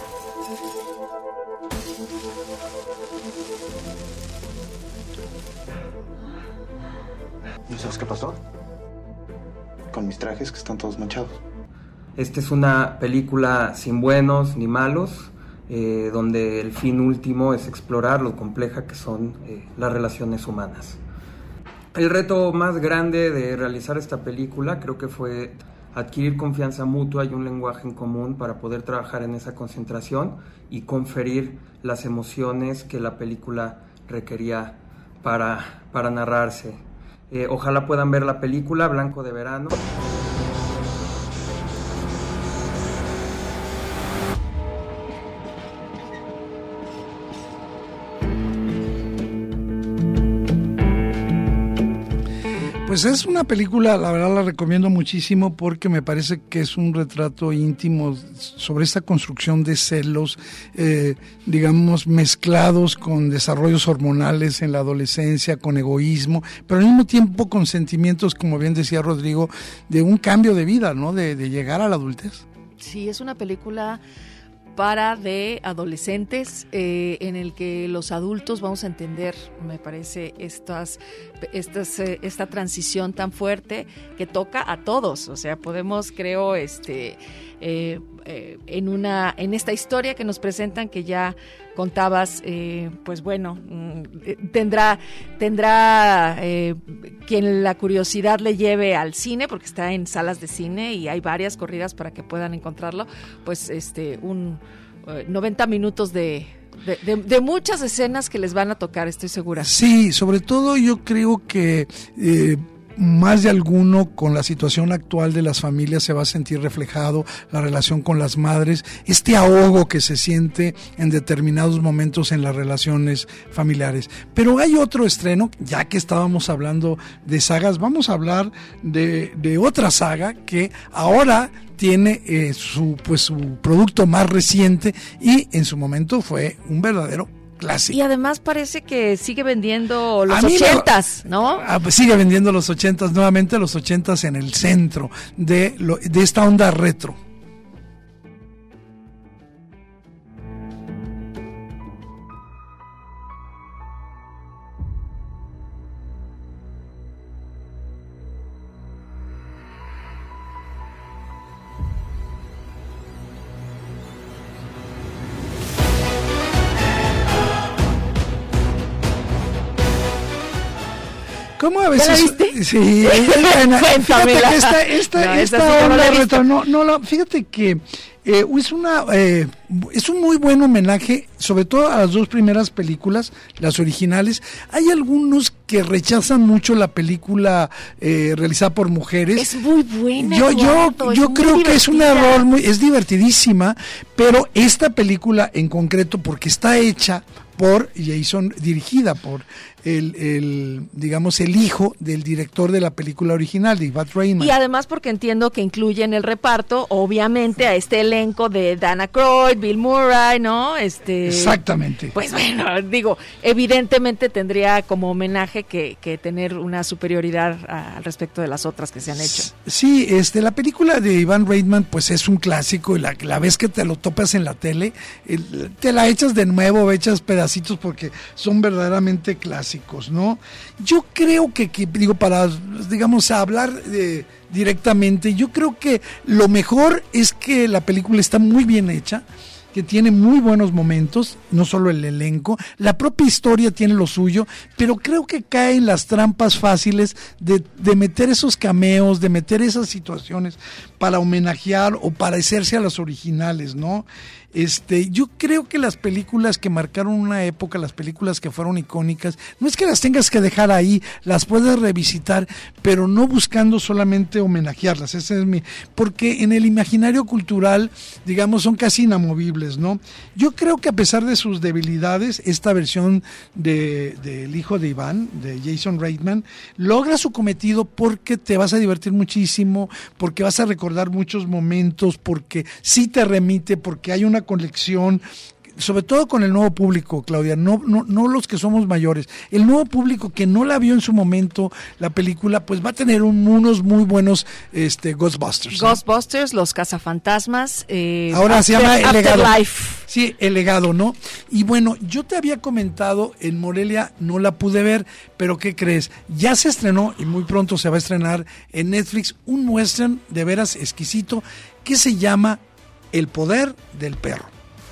¿No sabes qué pasó? Con mis trajes que están todos manchados.
Esta es una película sin buenos ni malos, Eh, donde el fin último es explorar lo compleja que son eh, las relaciones humanas. El reto más grande de realizar esta película creo que fue adquirir confianza mutua y un lenguaje en común para poder trabajar en esa concentración y conferir las emociones que la película requería para, para narrarse. Eh, ojalá puedan ver la película Blanco de Verano.
Pues es una película, la verdad la recomiendo muchísimo porque me parece que es un retrato íntimo sobre esta construcción de celos, eh, digamos, mezclados con desarrollos hormonales en la adolescencia, con egoísmo, pero al mismo tiempo con sentimientos, como bien decía Rodrigo, de un cambio de vida, ¿no? De, de llegar a la adultez.
Sí, es una película para de adolescentes eh, en el que los adultos vamos a entender, me parece, estas, estas, eh, esta transición tan fuerte que toca a todos. O sea, podemos, creo, este, eh, eh, en una, en esta historia que nos presentan, que ya contabas, eh, pues bueno, tendrá, tendrá eh, quien la curiosidad le lleve al cine, porque está en salas de cine y hay varias corridas para que puedan encontrarlo, pues este un eh, noventa minutos de, de, de, de muchas escenas que les van a tocar, estoy segura.
Sí, sobre todo yo creo que eh, más de alguno con la situación actual de las familias se va a sentir reflejado, la relación con las madres, este ahogo que se siente en determinados momentos en las relaciones familiares. Pero hay otro estreno, ya que estábamos hablando de sagas, vamos a hablar de, de otra saga que ahora tiene eh, su, pues, su producto más reciente y en su momento fue un verdadero clásico.
Y además parece que sigue vendiendo los ochentas, ¿no?
Sigue vendiendo los ochentas, nuevamente los ochentas en el centro de, lo, de esta onda retro. ¿Cómo a veces?
¿Ya la viste?
Sí. Fíjate que esta, esta,
no,
esta
sí
onda
no,
retro, no, no la, fíjate que eh, es una, eh, es un muy buen homenaje, sobre todo a las dos primeras películas, las originales. Hay algunos que rechazan mucho la película eh, realizada por mujeres.
Es muy buena.
Yo,
Eduardo,
yo, yo creo
divertida.
que es un error, muy, es divertidísima, pero esta película en concreto, porque está hecha por Jason, dirigida por el, el, digamos, el hijo del director de la película original, de Ivan Reitman.
Y además porque entiendo que incluye en el reparto, obviamente, a este elenco de Dana Aykroyd, Bill Murray, ¿no? Este,
Exactamente.
Pues bueno, digo, evidentemente tendría como homenaje que, que tener una superioridad a, al respecto de las otras que se han hecho.
Sí, este, la película de Ivan Reitman, pues es un clásico, y la, la vez que te lo topas en la tele, el, te la echas de nuevo, echas pedacitos porque son verdaderamente clásicos, ¿no? Yo creo que, que digo, para, digamos, hablar de, directamente, yo creo que lo mejor es que la película está muy bien hecha, que tiene muy buenos momentos, no solo el elenco, la propia historia tiene lo suyo, pero creo que cae en las trampas fáciles de, de meter esos cameos, de meter esas situaciones para homenajear o parecerse a las originales, ¿no? Este, yo creo que las películas que marcaron una época, las películas que fueron icónicas, no es que las tengas que dejar ahí, las puedes revisitar, pero no buscando solamente homenajearlas, ese es mi, porque en el imaginario cultural, digamos, son casi inamovibles, ¿no? Yo creo que a pesar de sus debilidades, esta versión de, de El hijo de Iván, de Jason Reitman, logra su cometido porque te vas a divertir muchísimo, porque vas a recordar muchos momentos, porque sí te remite, porque hay una conexión, sobre todo con el nuevo público, Claudia, no, no, no los que somos mayores, el nuevo público que no la vio en su momento, la película, pues va a tener un, unos muy buenos este, Ghostbusters. ¿no?
Ghostbusters, los cazafantasmas. Eh,
Ahora
after,
se llama El Legado.
Afterlife.
Sí, El Legado, ¿no? Y bueno, yo te había comentado, en Morelia no la pude ver, pero ¿qué crees? Ya se estrenó y muy pronto se va a estrenar en Netflix un western de veras exquisito que se llama El poder del perro.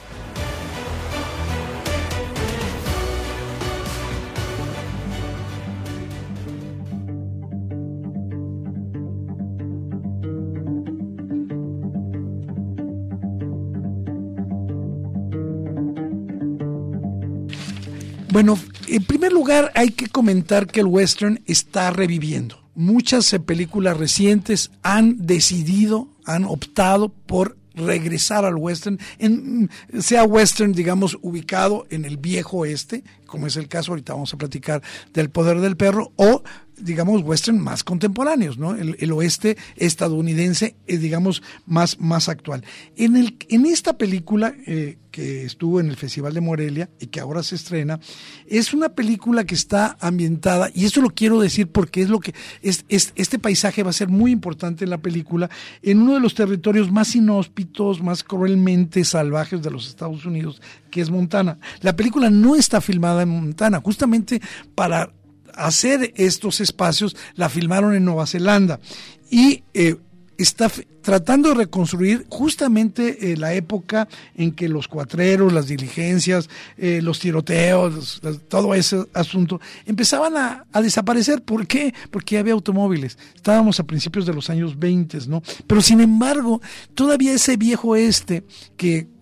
Bueno, en primer lugar hay que comentar que el western está reviviendo. Muchas eh, películas recientes han decidido, han optado por regresar al western, en, sea western, digamos, ubicado en el viejo oeste, como es el caso, ahorita vamos a platicar del Poder del Perro, o digamos western más contemporáneos, ¿no? El, el oeste estadounidense, eh, digamos, más, más actual. En, el, en esta película eh, que estuvo en el Festival de Morelia y que ahora se estrena, es una película que está ambientada, y esto lo quiero decir porque es lo que es, es este paisaje va a ser muy importante en la película, en uno de los territorios más inhóspitos, más cruelmente salvajes de los Estados Unidos, que es Montana. La película no está filmada en Montana, justamente para hacer estos espacios la filmaron en Nueva Zelanda y eh, está f- tratando de reconstruir justamente eh, la época en que los cuatreros, las diligencias, eh, los tiroteos, los, todo ese asunto empezaban a, a desaparecer. ¿Por qué? Porque había automóviles. Estábamos a principios de los años veinte, ¿no? Pero sin embargo, todavía ese viejo este que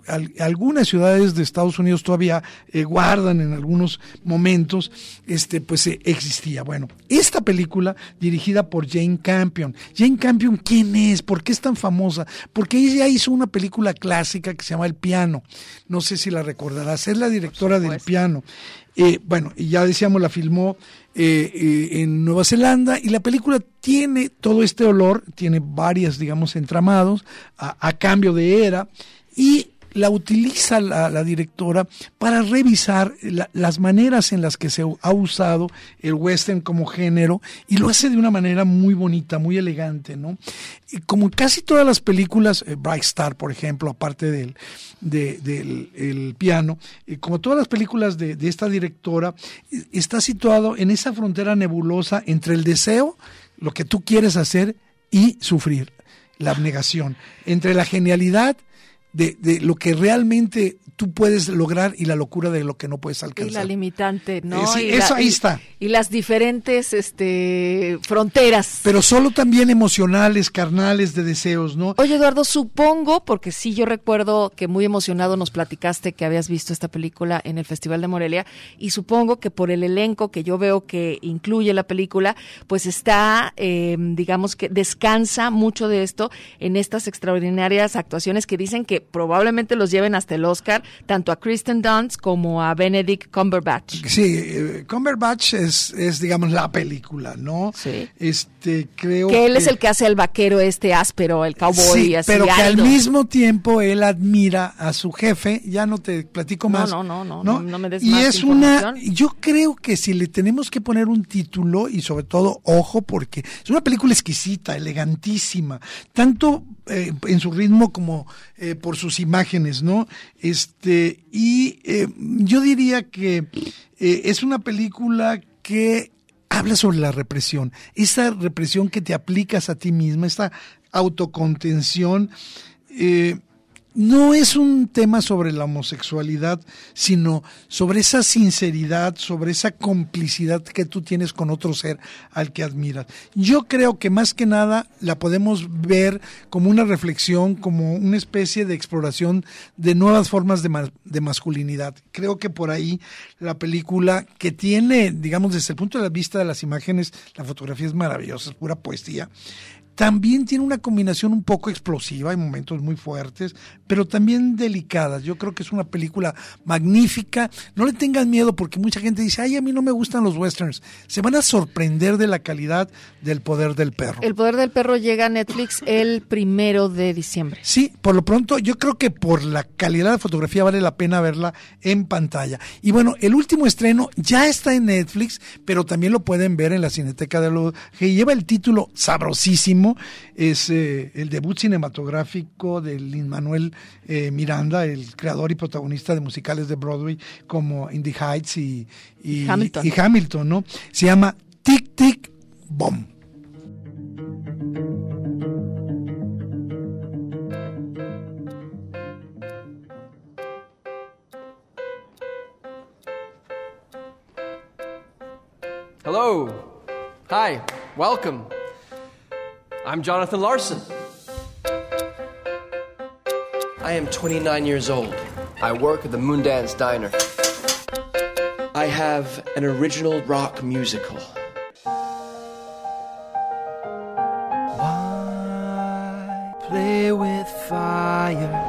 al, algunas ciudades de Estados Unidos todavía eh, guardan en algunos momentos, este, pues eh, existía. Bueno, esta película dirigida por Jane Campion. Jane Campion, ¿quién es? ¿Por qué es tan famosa? Porque ella hizo una película clásica que se llama El Piano. No sé si la recordarás. Es la directora del Piano. Eh, bueno, y ya decíamos, la filmó eh, eh, en Nueva Zelanda, y la película tiene todo este olor, tiene varias, digamos, entramados a, a cambio de era, y la utiliza la, la directora para revisar la, las maneras en las que se ha usado el western como género, y lo hace de una manera muy bonita, muy elegante, ¿no? Y como casi todas las películas, eh, Bright Star, por ejemplo, aparte del, de, del el Piano, eh, como todas las películas de, de esta directora, eh, está situado en esa frontera nebulosa entre el deseo, lo que tú quieres hacer, y sufrir, la abnegación, entre la genialidad De, de lo que realmente tú puedes lograr y la locura de lo que no puedes alcanzar.
Y la limitante, ¿no?
Eh, sí,
y
eso
la,
ahí
y,
está.
Y las diferentes este, fronteras.
Pero solo también emocionales, carnales, de deseos, ¿no?
Oye, Eduardo, supongo, porque sí, yo recuerdo que muy emocionado nos platicaste que habías visto esta película en el Festival de Morelia, y supongo que por el elenco que yo veo que incluye la película, pues está, eh, digamos que descansa mucho de esto en estas extraordinarias actuaciones que dicen que probablemente los lleven hasta el Oscar, tanto a Kristen Dunst como a Benedict Cumberbatch.
Sí, eh, Cumberbatch es, es, digamos, la película, ¿no?
Sí.
Este, creo
que él
que...
es el que hace el vaquero este áspero, el cowboy,
sí,
así
pero que
árido.
al mismo tiempo él admira a su jefe, ya no te platico más.
No, no, no, no, no, no me des
y
más
es
información.
una, yo creo que si le tenemos que poner un título, y sobre todo, ojo, porque es una película exquisita, elegantísima, tanto eh, en su ritmo como eh, por sus imágenes, ¿no? Este, y eh, yo diría que eh, es una película que habla sobre la represión, esa represión que te aplicas a ti misma, esta autocontención. Eh, no es un tema sobre la homosexualidad, sino sobre esa sinceridad, sobre esa complicidad que tú tienes con otro ser al que admiras. Yo creo que más que nada la podemos ver como una reflexión, como una especie de exploración de nuevas formas de, ma- de masculinidad. Creo que por ahí la película, que tiene, digamos, desde el punto de vista de las imágenes, la fotografía es maravillosa, es pura poesía. También tiene una combinación un poco explosiva, hay momentos muy fuertes, pero también delicadas. Yo creo que es una película magnífica. No le tengan miedo, porque mucha gente dice, ay, a mí no me gustan los westerns. Se van a sorprender de la calidad del Poder del Perro.
El Poder del Perro llega a Netflix el primero de diciembre.
Sí, por lo pronto yo creo que por la calidad de fotografía vale la pena verla en pantalla. Y bueno, el último estreno ya está en Netflix, pero también lo pueden ver en la Cineteca de lo que lleva el título sabrosísimo. Es eh, el debut cinematográfico de Lin-Manuel eh, Miranda, el creador y protagonista de musicales de Broadway como In the Heights y, y,
Hamilton.
y Hamilton, ¿no? Se llama Tic Tic Boom.
Hello. Hi. Welcome. I'm Jonathan Larson. I am twenty-nine years old. I work at the Moondance Diner. I have an original rock musical.
Why play with fire?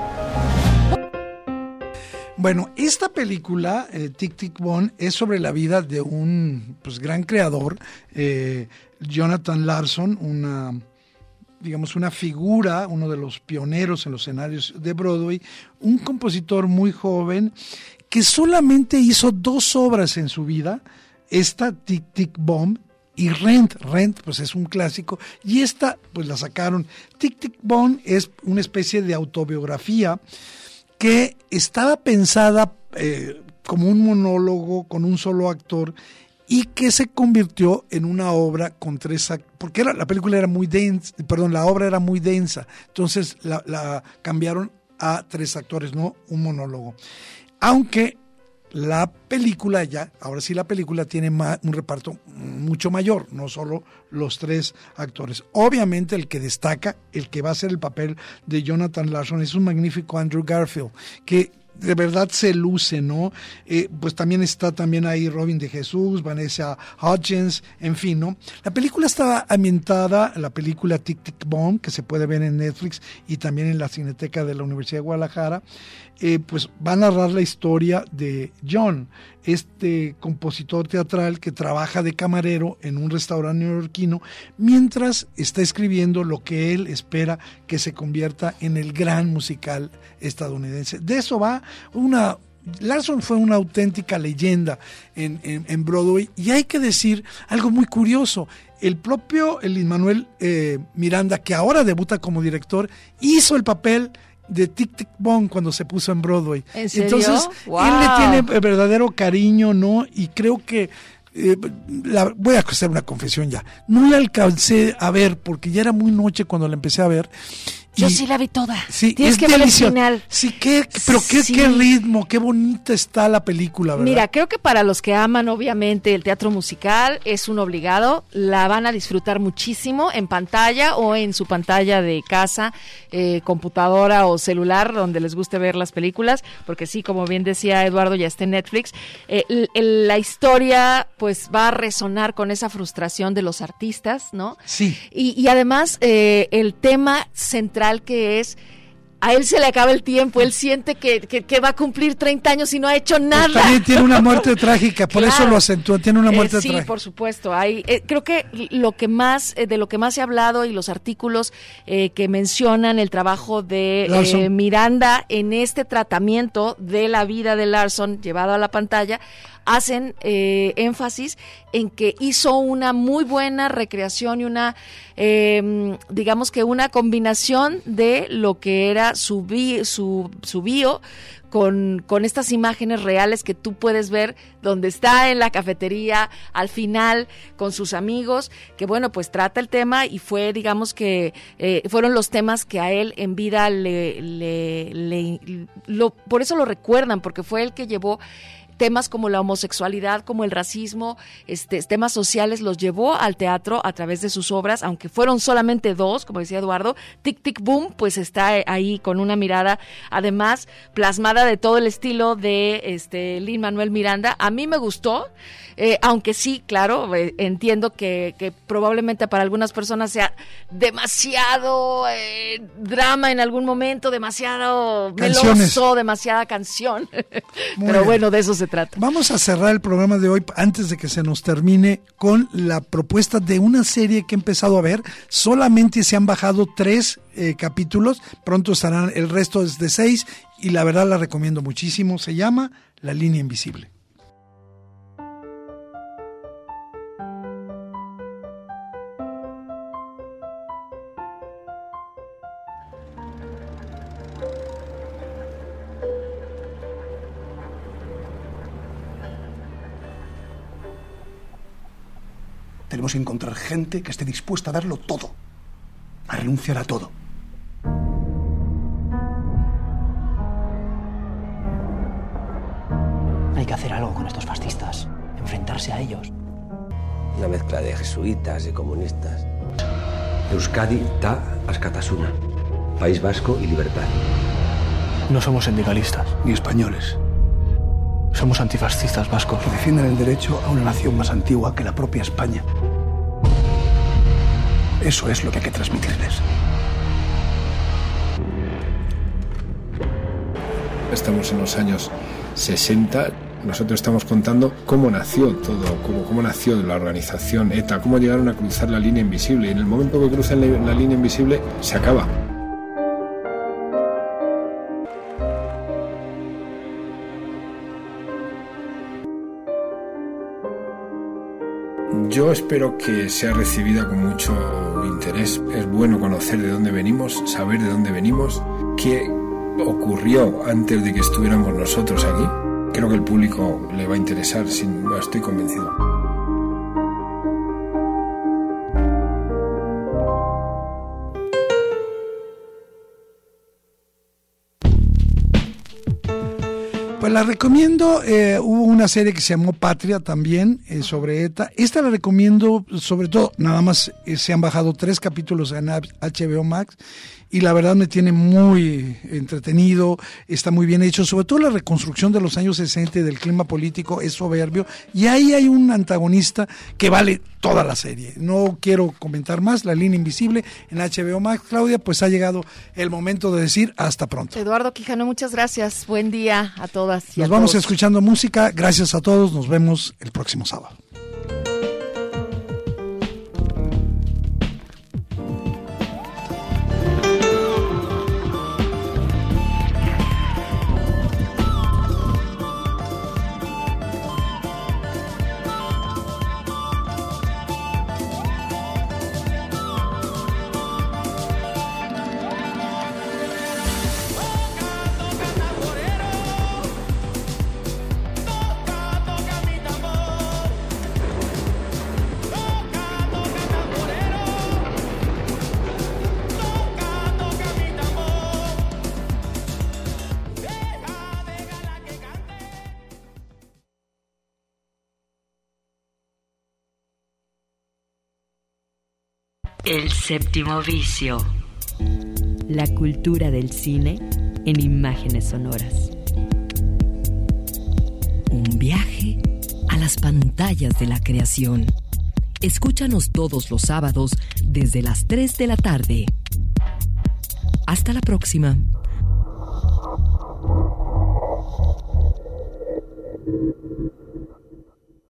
Bueno, esta película, eh, Tic Tic Boom, es sobre la vida de un pues gran creador, eh, Jonathan Larson, una, digamos, una figura, uno de los pioneros en los escenarios de Broadway, un compositor muy joven que solamente hizo dos obras en su vida, esta Tic Tic Boom y Rent. Rent pues es un clásico, y esta pues la sacaron. Tic Tic Boom es una especie de autobiografía que estaba pensada eh, como un monólogo con un solo actor, y que se convirtió en una obra con tres actores, porque era, la película era muy densa, perdón, la obra era muy densa, entonces la, la cambiaron a tres actores, no un monólogo. Aunque la película ya, ahora sí la película tiene ma- un reparto mucho mayor, no solo los tres actores. Obviamente el que destaca, el que va a hacer el papel de Jonathan Larson es un magnífico Andrew Garfield, que de verdad se luce, ¿no? Eh, pues también está también ahí Robin de Jesús, Vanessa Hudgens, en fin, ¿no? La película está ambientada, la película Tic Tic Boom, que se puede ver en Netflix y también en la Cineteca de la Universidad de Guadalajara, eh, pues va a narrar la historia de John, este compositor teatral que trabaja de camarero en un restaurante neoyorquino mientras está escribiendo lo que él espera que se convierta en el gran musical estadounidense. De eso va una... Larson fue una auténtica leyenda en, en, en Broadway, y hay que decir algo muy curioso. El propio Lin-Manuel eh, Miranda, que ahora debuta como director, hizo el papel de Tic Tic Boom cuando se puso en Broadway.
¿En serio?
Entonces,
wow.
él le tiene verdadero cariño, ¿no? Y creo que eh, la, voy a hacer una confesión ya. No la alcancé a ver porque ya era muy noche cuando la empecé a ver.
Yo
y,
sí la vi toda.
Sí,
Tienes
es
que ver el
delicioso.
final.
Sí, qué, pero qué,
Sí.
qué ritmo, qué bonita está la película, ¿verdad?
Mira, creo que para los que aman obviamente el teatro musical es un obligado, la van a disfrutar muchísimo en pantalla o en su pantalla de casa, eh, computadora o celular, donde les guste ver las películas, porque sí, como bien decía Eduardo, ya está en Netflix. Eh, el, el, la historia pues va a resonar con esa frustración de los artistas, ¿no?
Sí.
Y, y además eh, el tema central que es, a él se le acaba el tiempo, él siente que, que, que va a cumplir treinta años y no ha hecho nada.
Pues también tiene una muerte trágica, por
claro.
eso lo acentúa, tiene una muerte
eh, sí,
trágica.
Sí, por supuesto. Hay, eh, creo que lo que más, eh, de lo que más se ha hablado y los artículos eh, que mencionan el trabajo de eh, Miranda en este tratamiento de la vida de Larson llevado a la pantalla, hacen eh, énfasis en que hizo una muy buena recreación y una, eh, digamos que una combinación de lo que era su, bi, su, su bio con, con estas imágenes reales que tú puedes ver donde está en la cafetería al final con sus amigos, que bueno, pues trata el tema y fue, digamos que eh, fueron los temas que a él en vida le, le, le lo, por eso lo recuerdan, porque fue el que llevó temas como la homosexualidad, como el racismo, este, temas sociales, los llevó al teatro a través de sus obras, aunque fueron solamente dos, como decía Eduardo. Tic Tic Boom, pues está ahí con una mirada, además, plasmada de todo el estilo de este Lin-Manuel Miranda. A mí me gustó, eh, aunque sí, claro, eh, entiendo que, que probablemente para algunas personas sea demasiado eh, drama en algún momento, demasiado
Canciones.
meloso, demasiada canción.
Muy
Pero
bien.
bueno, de eso se trata.
Vamos a cerrar el programa de hoy antes de que se nos termine con la propuesta de una serie que he empezado a ver. Solamente se han bajado tres eh, capítulos, pronto estarán el resto de seis y la verdad la recomiendo muchísimo. Se llama La Línea Invisible.
Tenemos que encontrar gente que esté dispuesta a darlo todo, a renunciar a todo.
Hay que hacer algo con estos fascistas, enfrentarse a ellos.
Una mezcla de jesuitas y comunistas. Euskadi ta askatasuna. País Vasco y libertad.
No somos sindicalistas.
Ni españoles.
Somos antifascistas vascos.
Que defienden el derecho a una nación más antigua que la propia España. Eso es lo que hay que transmitirles.
Estamos en los años sesenta. Nosotros estamos contando cómo nació todo, cómo, cómo nació la organización ETA, cómo llegaron a cruzar la línea invisible. Y en el momento que cruzan la, la línea invisible, se acaba. Yo espero que sea recibida con mucho interés. Es bueno conocer de dónde venimos, saber de dónde venimos, qué ocurrió antes de que estuviéramos nosotros aquí. Creo que el público le va a interesar, sin, estoy convencido.
Pues Pues la recomiendo, eh, hubo una serie que se llamó Patria también, eh, sobre ETA. Esta la recomiendo, sobre todo, nada más eh, se han bajado tres capítulos en H B O Max y la verdad me tiene muy entretenido, está muy bien hecho, sobre todo la reconstrucción de los años sesenta y del clima político es soberbio y ahí hay un antagonista que vale toda la serie. No quiero comentar más, La Línea Invisible en H B O Max. Claudia, pues ha llegado el momento de decir hasta pronto.
Eduardo Quijano, muchas gracias, buen día a todas y
Nos
a
vamos
todos.
escuchando música, gracias a todos, nos vemos el próximo sábado.
El séptimo vicio. La cultura del cine en imágenes sonoras. Un viaje a las pantallas de la creación. Escúchanos todos los sábados desde las tres de la tarde. Hasta la próxima.